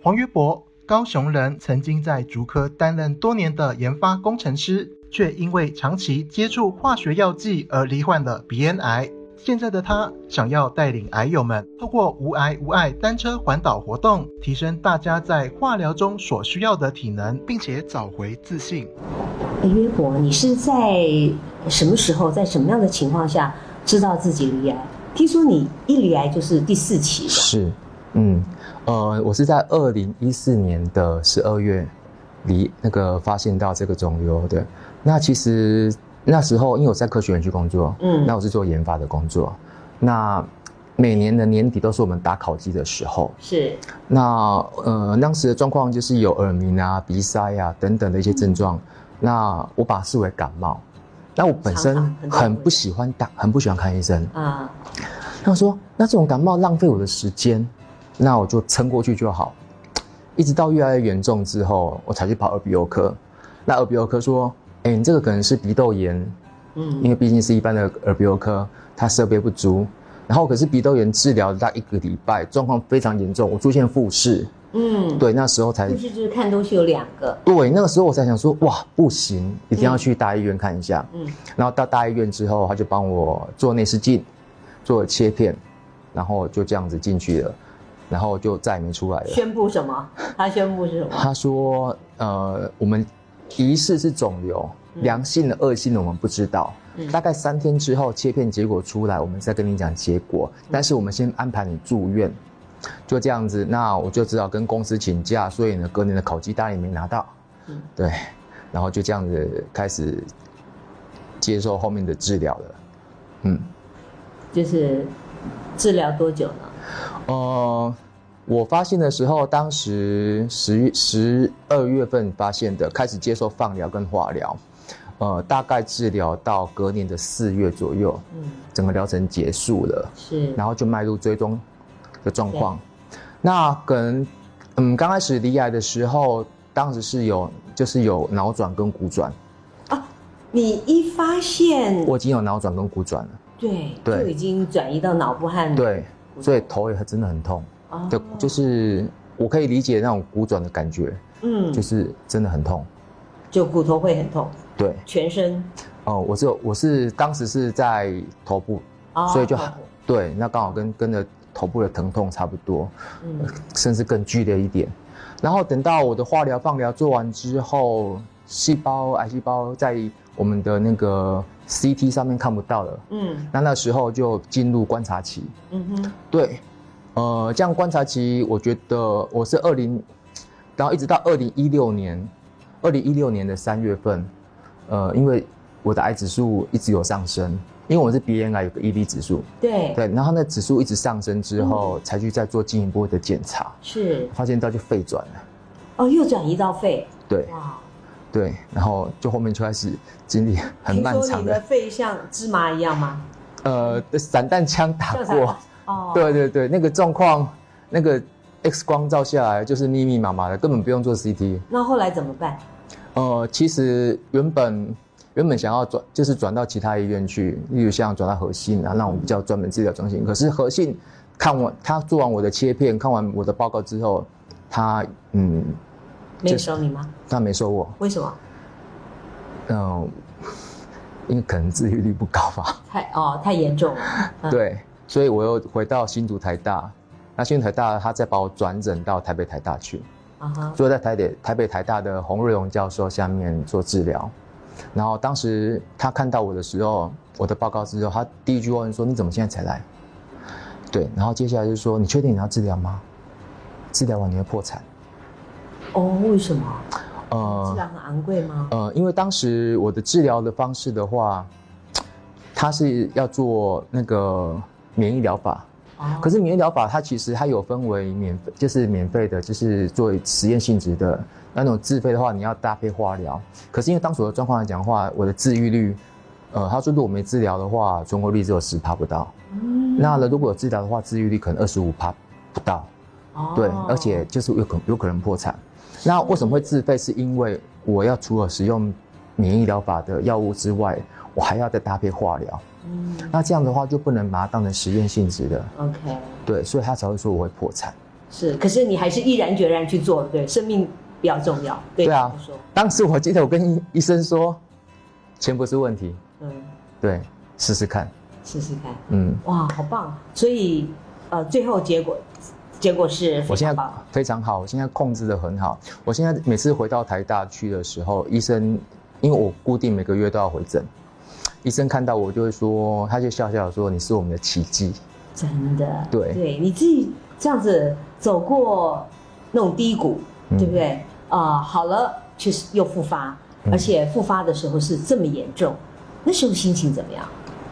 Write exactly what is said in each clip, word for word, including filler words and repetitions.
黄约伯，高雄人，曾经在竹科担任多年的研发工程师，却因为长期接触化学药剂而罹患了鼻咽癌。现在的他想要带领癌友们透过无癌无碍单车环岛活动，提升大家在化疗中所需要的体能，并且找回自信。 约伯，你是在什么时候，在什么样的情况下知道自己罹癌？听说你一罹癌就是第四期的。 是，嗯，呃，我是在二零一四年的十二月离那个发现到这个肿瘤的。那其实那时候因为我在科学园区工作，嗯，那我是做研发的工作。那每年的年底都是我们打考绩的时候， 是。 那呃，当时的状况就是有耳鸣啊、鼻塞啊等等的一些症状。嗯、那我把它视为感冒。那我本身很不喜欢打，很不喜欢看医生啊。那我说，那这种感冒浪费我的时间，那我就撑过去就好。一直到越来越严重之后，我才去跑耳鼻喉科。那耳鼻喉科说，哎、欸，你这个可能是鼻窦炎，嗯，因为毕竟是一般的耳鼻喉科，它设备不足。然后可是鼻窦炎治疗大概一个礼拜，状况非常严重，我出现复视。嗯，对，那时候才复视就是看东西有两个。 对，那个时候我才想说，哇，不行，一定要去大医院看一下。嗯，然后到大医院之后，他就帮我做内视镜，做切片，然后就这样子进去了，然后就再也没出来了。 宣布什么？他宣布是什么？ 他说，呃，我们疑似是肿瘤，良性的、恶性的我们不知道。嗯、大概三天之后，切片结果出来，我们再跟你讲结果。但是我们先安排你住院。就这样子，那我就只好跟公司请假，所以呢，隔年的考绩单也没拿到。嗯，对，然后就这样子开始接受后面的治疗了。嗯， 就是治疗多久呢？ 呃，我发现的时候，当时十月十二月份发现的，开始接受放疗跟化疗。呃，大概治疗到隔年的四月左右，嗯，整个疗程结束了。是，然后就迈入追踪的状况。那可能嗯刚开始罹癌的时候，当时是有就是有脑转跟骨转啊。你一发现我已经有脑转跟骨转了， 对对，就已经转移到脑部和对，所以头也真的很痛。哦，就就是我可以理解那种骨转的感觉，嗯，就是真的很痛， 就骨头会很痛。对，全身哦，我是我是当时是在头部，哦，所以就对，那刚好跟跟着头部的疼痛差不多，嗯，甚至更剧烈一点。然后等到我的化疗、放疗做完之后，细胞、癌细胞在我们的那个 C T 上面看不到了，嗯，那那时候就进入观察期，嗯哼，对，呃，这样观察期，我觉得我是二零，然后一直到二零一六年，二零一六年的三月份，呃，因为我的癌指数一直有上升。因为我是鼻咽癌有个 E D 指数， 对对，然后那指数一直上升之后，嗯、才去再做进一步的检查， 是发现到就肺转了， 哦，又转移到肺， 对，哇，对，然后就后面就开始经历很漫长的。 听说你的肺像芝麻一样吗？ 呃，散弹枪打过，哦，对对对，那个状况，那个 X 光照下来就是密密麻麻的，根本不用做 C T。 那后来怎么办？ 呃，其实原本。原本想要转，就是转到其他医院去，例如像转到核心啊，那种比较专门治疗中心。可是核心看完他做完我的切片，看完我的报告之后，他嗯， 没有收你吗？ 他没收我。 为什么？ 嗯、呃，因为可能治愈率不高吧。 太哦，太严重了。 嗯、对，所以我又回到新竹台大，那新竹台大他再把我转诊到台北台大去，啊哈，所以在台北台北台大的洪瑞荣教授下面做治疗。然后当时他看到我的时候，我的报告之后，他第一句问说：“你怎么现在才来？”对，然后接下来就说：“你确定你要治疗吗？治疗完你会破产。” 哦，为什么？ 呃， 治疗很昂贵吗？ 呃，因为当时我的治疗的方式的话，他是要做那个免疫疗法。哦、可是免疫疗法它其实它有分为免费，就是免费的，就是做实验性质的。那种自费的话，你要搭配化疗。可是因为当时的状况来讲的话，我的治愈率，呃，他说如果没治疗的话，存活率只有十趴不到。嗯。那如果有治疗的话，治愈率可能二十五趴不到。哦。对，而且就是有可有可能破产。那为什么会自费？是因为我要除了使用免疫疗法的药物之外，我还要再搭配化疗。嗯。那这样的话就不能把它当成实验性质的。 OK。 对，所以他才会说我会破产。 是，可是你还是毅然决然去做了，对，生命比较重要。对， 对啊，当时我记得我跟医生说，钱不是问题，嗯，对，试试看， 试试看， 嗯， 哇，好棒！所以，呃，最后结果，结果是我现在非常好，我现在控制得很好。我现在每次回到台大去的时候，医生因为我固定每个月都要回诊，医生看到我就会说，他就笑笑说：“你是我们的奇迹。” 真的， 对， 对，你自己这样子走过那种低谷，嗯、对不对？啊、呃，好了，确实又复发，而且复发的时候是这么严重，那时候心情怎么样？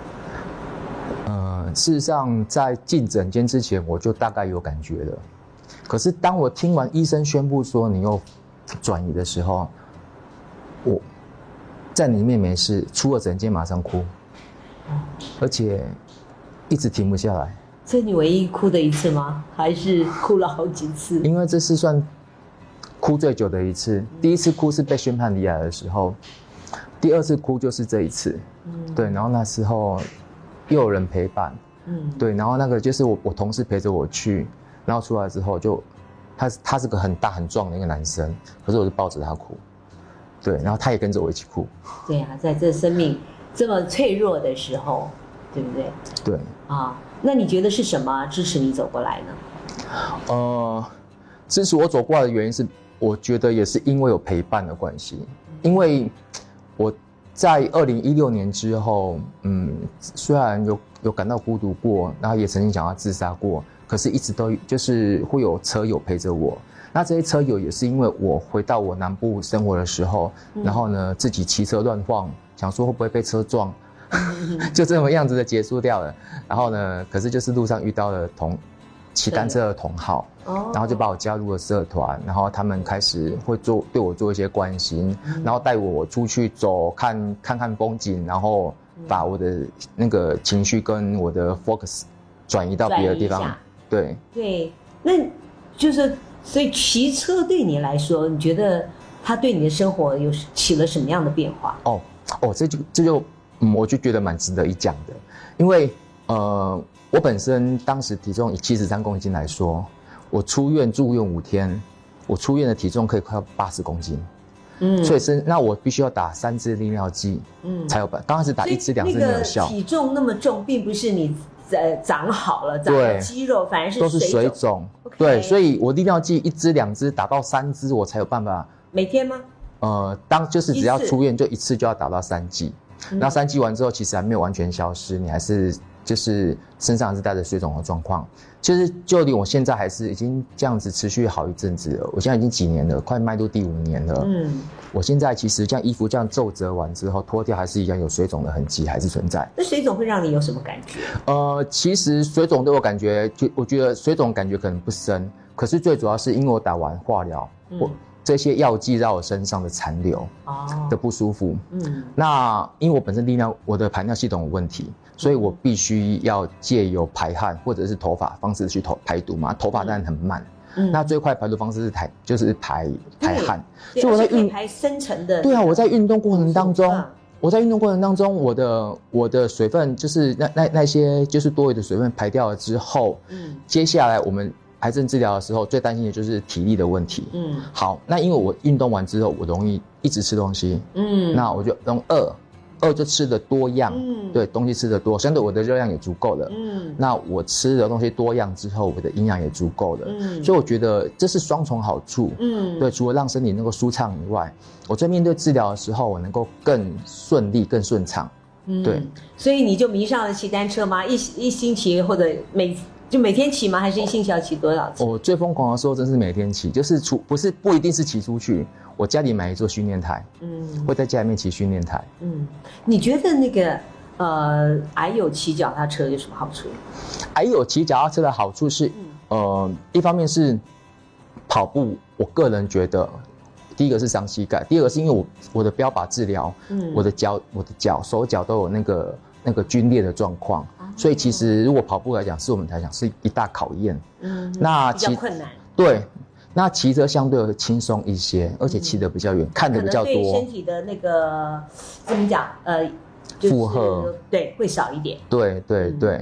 呃，事实上，在进诊间之前，我就大概有感觉了。可是当我听完医生宣布说你又转移的时候，我在里面没事，出了诊间马上哭，而且一直停不下来。 这你唯一哭的一次吗？还是哭了好几次？ 因为这是算哭最久的一次。第一次哭是被宣判离癌的时候，第二次哭就是这一次。嗯，对，然后那时候又有人陪伴，嗯，对，然后那个就是我我同事陪着我去，然后出来之后就他他是个很大很壮的一个男生，可是我就抱着他哭，对，然后他也跟着我一起哭。 对啊，在这生命这么脆弱的时候，对不对？ 对啊，那你觉得是什么支持你走过来呢？ 呃，支持我走过来的原因是，我觉得也是因为有陪伴的关系，因为我在二零一六年之后，嗯，虽然有有感到孤独过，然后也曾经想要自杀过，可是一直都就是会有车友陪着我。那这些车友也是因为我回到我南部生活的时候，嗯、然后呢自己骑车乱晃，想说会不会被车撞，就这么样子的结束掉了。然后呢，可是就是路上遇到了同骑单车的同好，然后就把我加入了社团，然后他们开始会做对我做一些关心，嗯、然后带我出去走，看看看风景，然后把我的那个情绪跟我的 focus 转移到别的地方。对对，那就是所以骑车对你来说，你觉得它对你的生活有起了什么样的变化？ 哦哦，这就这就嗯，我就觉得蛮值得一讲的，因为呃。我本身当时体重以七十三公斤来说，我出院住院五天，我出院的体重可以快要八十公斤，嗯，所以是那我必须要打三支利尿剂，嗯，才有办。刚开始打一支两支没有效。 体重那么重，并不是你呃长好了，长了肌肉，反而是都是水肿。 Okay. 对，所以我利尿剂一支两支打到三支，我才有办法。 每天吗？ 呃，当就是只要出院就一次就要打到三剂，嗯、然后三剂完之后，其实还没有完全消失，你还是。就是身上是带着水肿的状况，其实就连我现在还是已经这样子持续好一阵子了。我现在已经几年了，快迈入第五年了。嗯，我现在其实这样衣服这样皱褶完之后脱掉，还是一样有水肿的痕迹，还是存在。 那水肿会让你有什么感觉？ 呃，其实水肿对我感觉，就我觉得水肿感觉可能不深，可是最主要是因为我打完化疗，嗯、我这些药剂在我身上的残留的不舒服。哦、嗯，那因为我本身利尿，我的排尿系统有问题。所以我必须要借由排汗或者是头发方式去头排毒嘛，头发当然很慢，嗯，那最快排毒方式是排就是排排汗， 所以我在运排深层的， 对啊，我在运动过程当中，嗯、我在运动过程当中，我的我的水分就是那那那些就是多余的水分排掉了之后，嗯，接下来我们癌症治疗的时候最担心的就是体力的问题，嗯，好，那因为我运动完之后我容易一直吃东西，嗯，那我就容易饿。二就吃的多样，嗯，对，东西吃的多，相对我的热量也足够了，嗯，那我吃的东西多样之后，我的营养也足够了，嗯，所以我觉得这是双重好处，嗯，对，除了让身体能够舒畅以外，我在面对治疗的时候，我能够更顺利、更顺畅，嗯，对， 所以你就迷上了骑单车吗？一一星期或者每就每天骑吗？还是一星期要骑多少次？ 我最疯狂的时候真是每天骑，就是出不是不一定是骑出去。我家里买一座训练台，嗯，会在家里面骑训练台。 嗯，你觉得那个呃，癌友骑脚踏车有什么好处？ 癌友骑脚踏车的好处是，嗯、呃，一方面是跑步，我个人觉得，第一个是伤膝盖，第二个是因为我我的标靶治疗，嗯，我的脚我的脚手脚都有那个那个皲裂的状况，啊、所以其实如果跑步来讲，是我们来讲是一大考验。嗯，那比较困难。 对。那骑车相对轻松一些，而且骑得比较远，嗯、看得比较多， 对身体的那个怎么讲？呃，就是、 负荷对会少一点。 对对对。 嗯、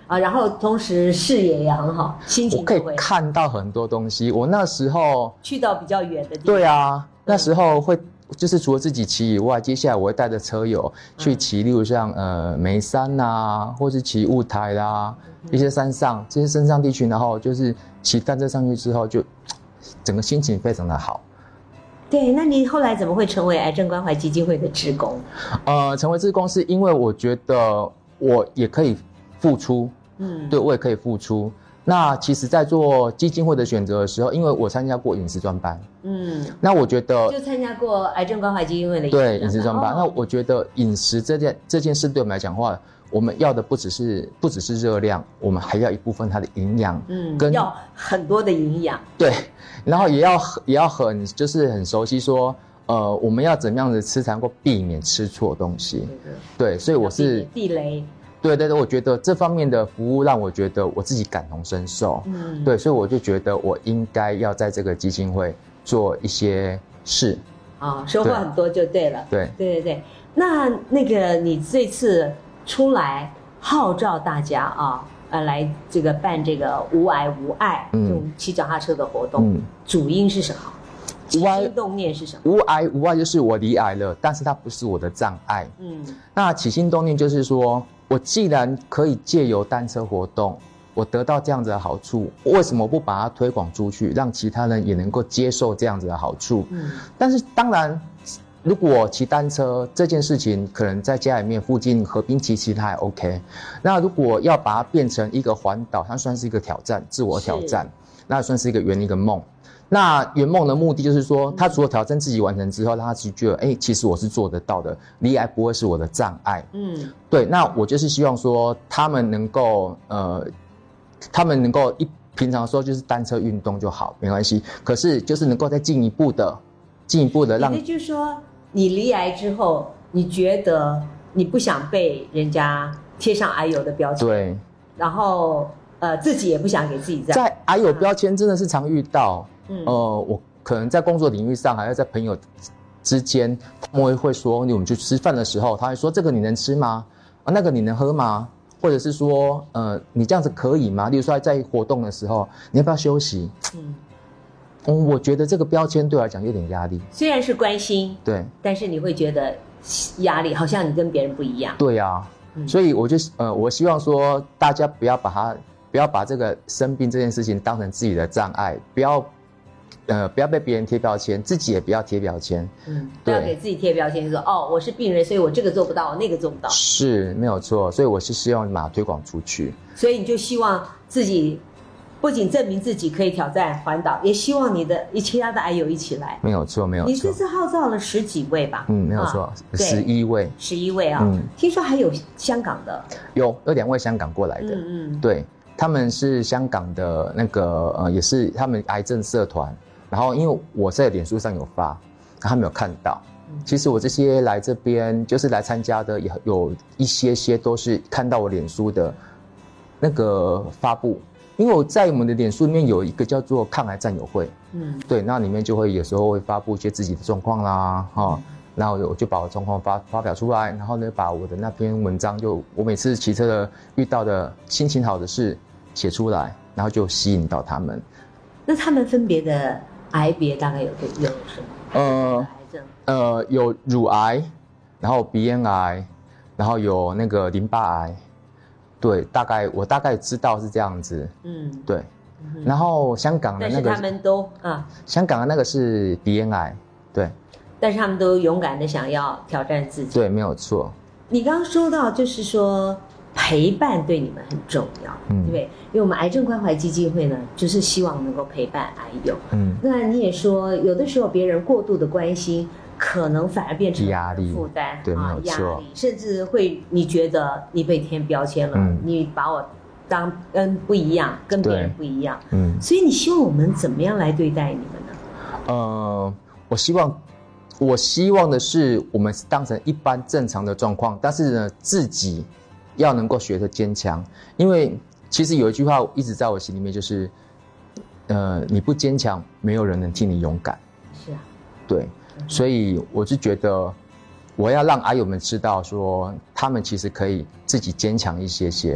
啊，然后同时视野也很好，心情我可以看到很多东西。我那时候去到比较远的地方。 对啊，那时候会就是除了自己骑以外，接下来我会带着车友去骑，例如像呃眉山啊，或是骑雾台啦，一些山上这些山上地区，然后就是骑单车上去之后，就整个心情非常的好。 对，那你后来怎么会成为癌症关怀基金会的志工？ 呃，成为志工是因为我觉得我也可以付出。嗯，对，我也可以付出。那其实，在做基金会的选择的时候，因为我参加过饮食专班，嗯，那我觉得就参加过癌症关怀基金会的饮食对饮食专班。 哦、 那我觉得饮食这件这件事对我们来讲的话，我们要的不只是不只是热量，我们还要一部分它的营养， 嗯， 跟要很多的营养。 对，然后也要也要很就是很熟悉说，呃，我们要怎么样的吃才能够避免吃错东西。对，对，所以我是地雷。 对对对，我觉得这方面的服务让我觉得我自己感同身受，嗯，对，所以我就觉得我应该要在这个基金会做一些事， 啊、哦，收获很多就对了， 对对对对。那那个你这次出来号召大家啊，呃，来这个办这个无癌无爱，嗯，用骑脚踏车的活动，嗯，主因是什么？起心动念是什么？ 无癌无爱就是我罹癌了，但是它不是我的障碍，嗯，那起心动念就是说，我既然可以借由单车活动，我得到这样子的好处，为什么不把它推广出去，让其他人也能够接受这样子的好处？嗯，但是当然，如果骑单车这件事情，可能在家里面附近河滨骑骑它还 OK。那如果要把它变成一个环岛，它算是一个挑战，自我挑战，那算是一个圆一个梦。那圆梦的目的就是说，他除了挑战自己完成之后，让他自己觉得，哎、欸，其实我是做得到的，罹癌不会是我的障碍。嗯，对。那我就是希望说，他们能够，呃，他们能够一平常说就是单车运动就好，没关系。可是就是能够再进一步的、进一步的让， 也就是说，你罹癌之后，你觉得你不想被人家贴上癌友的标签， 对，然后呃，自己也不想给自己这样。 在癌友标签真的是常遇到。嗯，呃，我可能在工作领域上，还要在朋友之间，他们会说，我们去吃饭的时候，他会说这个你能吃吗？啊，那个你能喝吗？或者是说，呃，你这样子可以吗？例如说在活动的时候，你要不要休息？嗯，嗯，我觉得这个标签对我来讲有点压力。 虽然是关心， 对， 但是你会觉得压力，好像你跟别人不一样。 对啊，嗯、所以我就呃，我希望说大家不要把它，不要把这个生病这件事情当成自己的障碍，不要。呃，不要被别人贴标签，自己也不要贴标签。嗯， 不要给自己贴标签，说哦，我是病人，所以我这个做不到，我那个做不到。 是没有错，所以我是希望把它推广出去。 所以你就希望自己不仅证明自己可以挑战环岛，也希望你的其他的癌友一起来。 没有错，没有错。 你这次号召了十几位吧？ 嗯，没有错，十一、啊、位。 十一位啊、哦嗯！听说还有香港的。 有有两位香港过来的。嗯嗯。对，他们是香港的那个呃，也是他们癌症社团。然后，因为我在脸书上有发，他没有看到。其实我这些来这边就是来参加的，也有一些些都是看到我脸书的那个发布。因为我在我们的脸书里面有一个叫做抗癌战友会，嗯，对，那里面就会有时候会发布一些自己的状况啦，哈、哦，然后我就把我状况发发表出来，然后呢，把我的那篇文章就我每次骑车的遇到的心情好的事写出来，然后就吸引到他们。 那他们分别的癌别大概有有什么？呃，癌症呃有乳癌，然后鼻咽癌，然后有那个淋巴癌，对，大概我大概知道是这样子，嗯，对，嗯、然后香港的那个， 但是他们都啊， 香港的那个是鼻咽癌，对， 但是他们都勇敢的想要挑战自己， 对，没有错。 你刚刚说到就是说陪伴对你们很重要，嗯，对不对？因为我们癌症关怀基金会呢，就是希望能够陪伴癌友。嗯，那你也说，有的时候别人过度的关心，可能反而变成压力负担， 对，没有错， 压力，甚至会你觉得你被贴标签了，嗯、你把我当跟不一样，跟别人不一样，嗯，所以你希望我们怎么样来对待你们呢？ 呃，我希望。我希望的是，我们当成一般正常的状况，但是呢，自己要能够学得坚强。因为其实有一句话一直在我心里面，就是，呃，你不坚强，没有人能替你勇敢。 是啊， 对，嗯、所以我就觉得，我要让癌友们知道说，他们其实可以自己坚强一些些。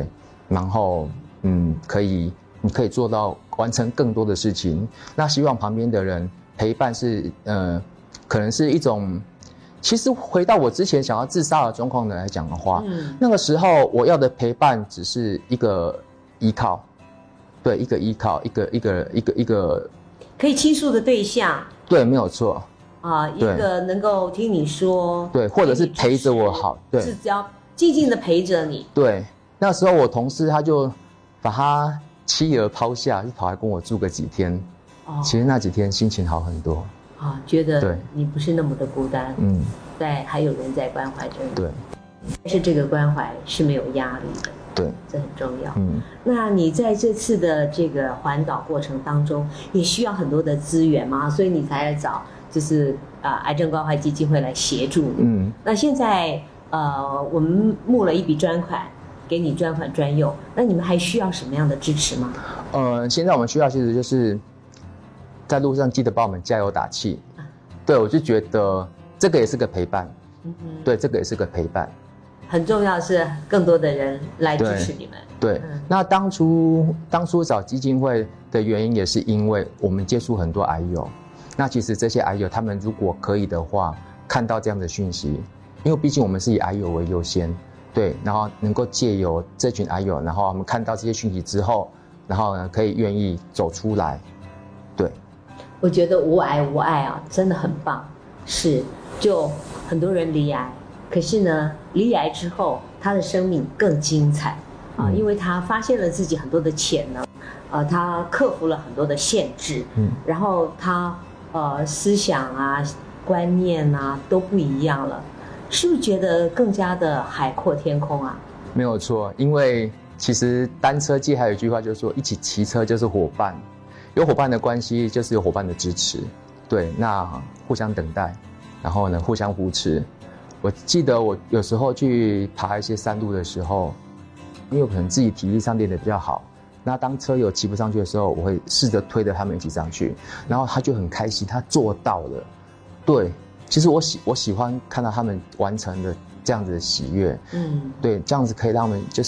然后嗯，可以你可以做到完成更多的事情。那希望旁边的人陪伴是呃，可能是一种。其实回到我之前想要自杀的状况的来讲的话，嗯，那个时候我要的陪伴只是一个依靠，对，一个依靠，一个一个一个一个可以倾诉的对象， 对，没有错啊，一个能够听你说， 对，或者是陪着我好，对， 是只要静静的陪着你。 对，那时候我同事他就把他妻儿抛下，就跑来跟我住个几天，哦，其实那几天心情好很多。 啊，觉得你不是那么的孤单，嗯，在还有人在关怀着你， 对， 但是这个关怀是没有压力的， 对， 这很重要。嗯，那你在这次的这个环岛过程当中，也需要很多的资源嘛，所以你才来找就是啊、呃、癌症关怀基金会来协助你。嗯，那现在呃我们募了一笔专款，给你专款专用，那你们还需要什么样的支持吗？ 呃，现在我们需要其实就是。在路上记得帮我们加油打气，对，我就觉得这个也是个陪伴，嗯嗯，对，这个也是个陪伴。 很重要是更多的人来支持你们。 对，对嗯、那当初当初找基金会的原因也是因为我们接触很多癌友，那其实这些癌友他们如果可以的话，看到这样的讯息，因为毕竟我们是以癌友为优先，对，然后能够借由这群癌友，然后我们看到这些讯息之后，然后呢可以愿意走出来，对。 我觉得无癌无爱啊，真的很棒。是，就很多人罹癌，可是呢，罹癌之后，他的生命更精彩啊，因为他发现了自己很多的潜能，呃，他克服了很多的限制，嗯，然后他呃思想啊、观念啊都不一样了，是不是觉得更加的海阔天空啊？ 没有错，因为其实单车界还有一句话就是说，一起骑车就是伙伴。有伙伴的关系，就是有伙伴的支持，对，那互相等待，然后呢，互相扶持。我记得我有时候去爬一些山路的时候，因为可能自己体力上练得比较好，那当车友骑不上去的时候，我会试着推着他们一起上去，然后他就很开心，他做到了。对，其实我喜我喜欢看到他们完成的这样子的喜悦，嗯，对，这样子可以让他们就是。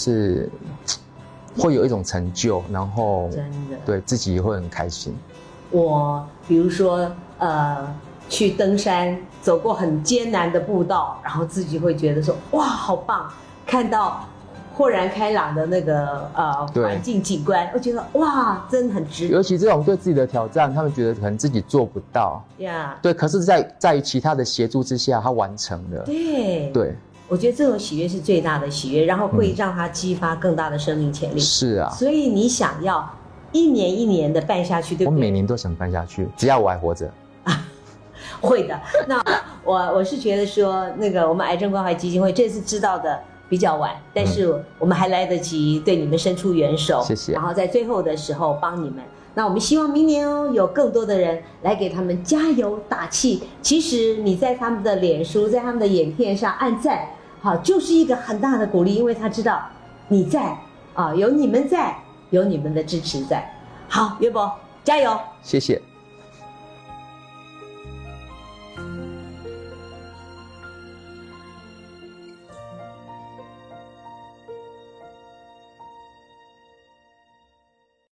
会有一种成就，然后真的对自己会很开心。 我比如说，呃，去登山，走过很艰难的步道，然后自己会觉得说，哇，好棒！看到豁然开朗的那个呃环境景观，我觉得哇，真的很值得。 尤其这种对自己的挑战，他们觉得可能自己做不到，呀， yeah. 对，可是在，在在于其他的协助之下，他完成了。 对对。 我觉得这种喜悦是最大的喜悦，然后会让他激发更大的生命潜力。 是啊， 所以你想要一年一年的办下去，对不对？ 我每年都想办下去，只要我还活着。 会的。那我我是觉得说，那个我们癌症关怀基金会这次知道的比较晚，但是我们还来得及对你们伸出援手， 谢谢。 然后在最后的时候帮你们。那我们希望明年哦，有更多的人来给他们加油打气。其实你在他们的脸书，在他们的影片上按赞，好，就是一个很大的鼓励，因为他知道你在啊，有你们在，有你们的支持在。好，约伯加油， 谢谢。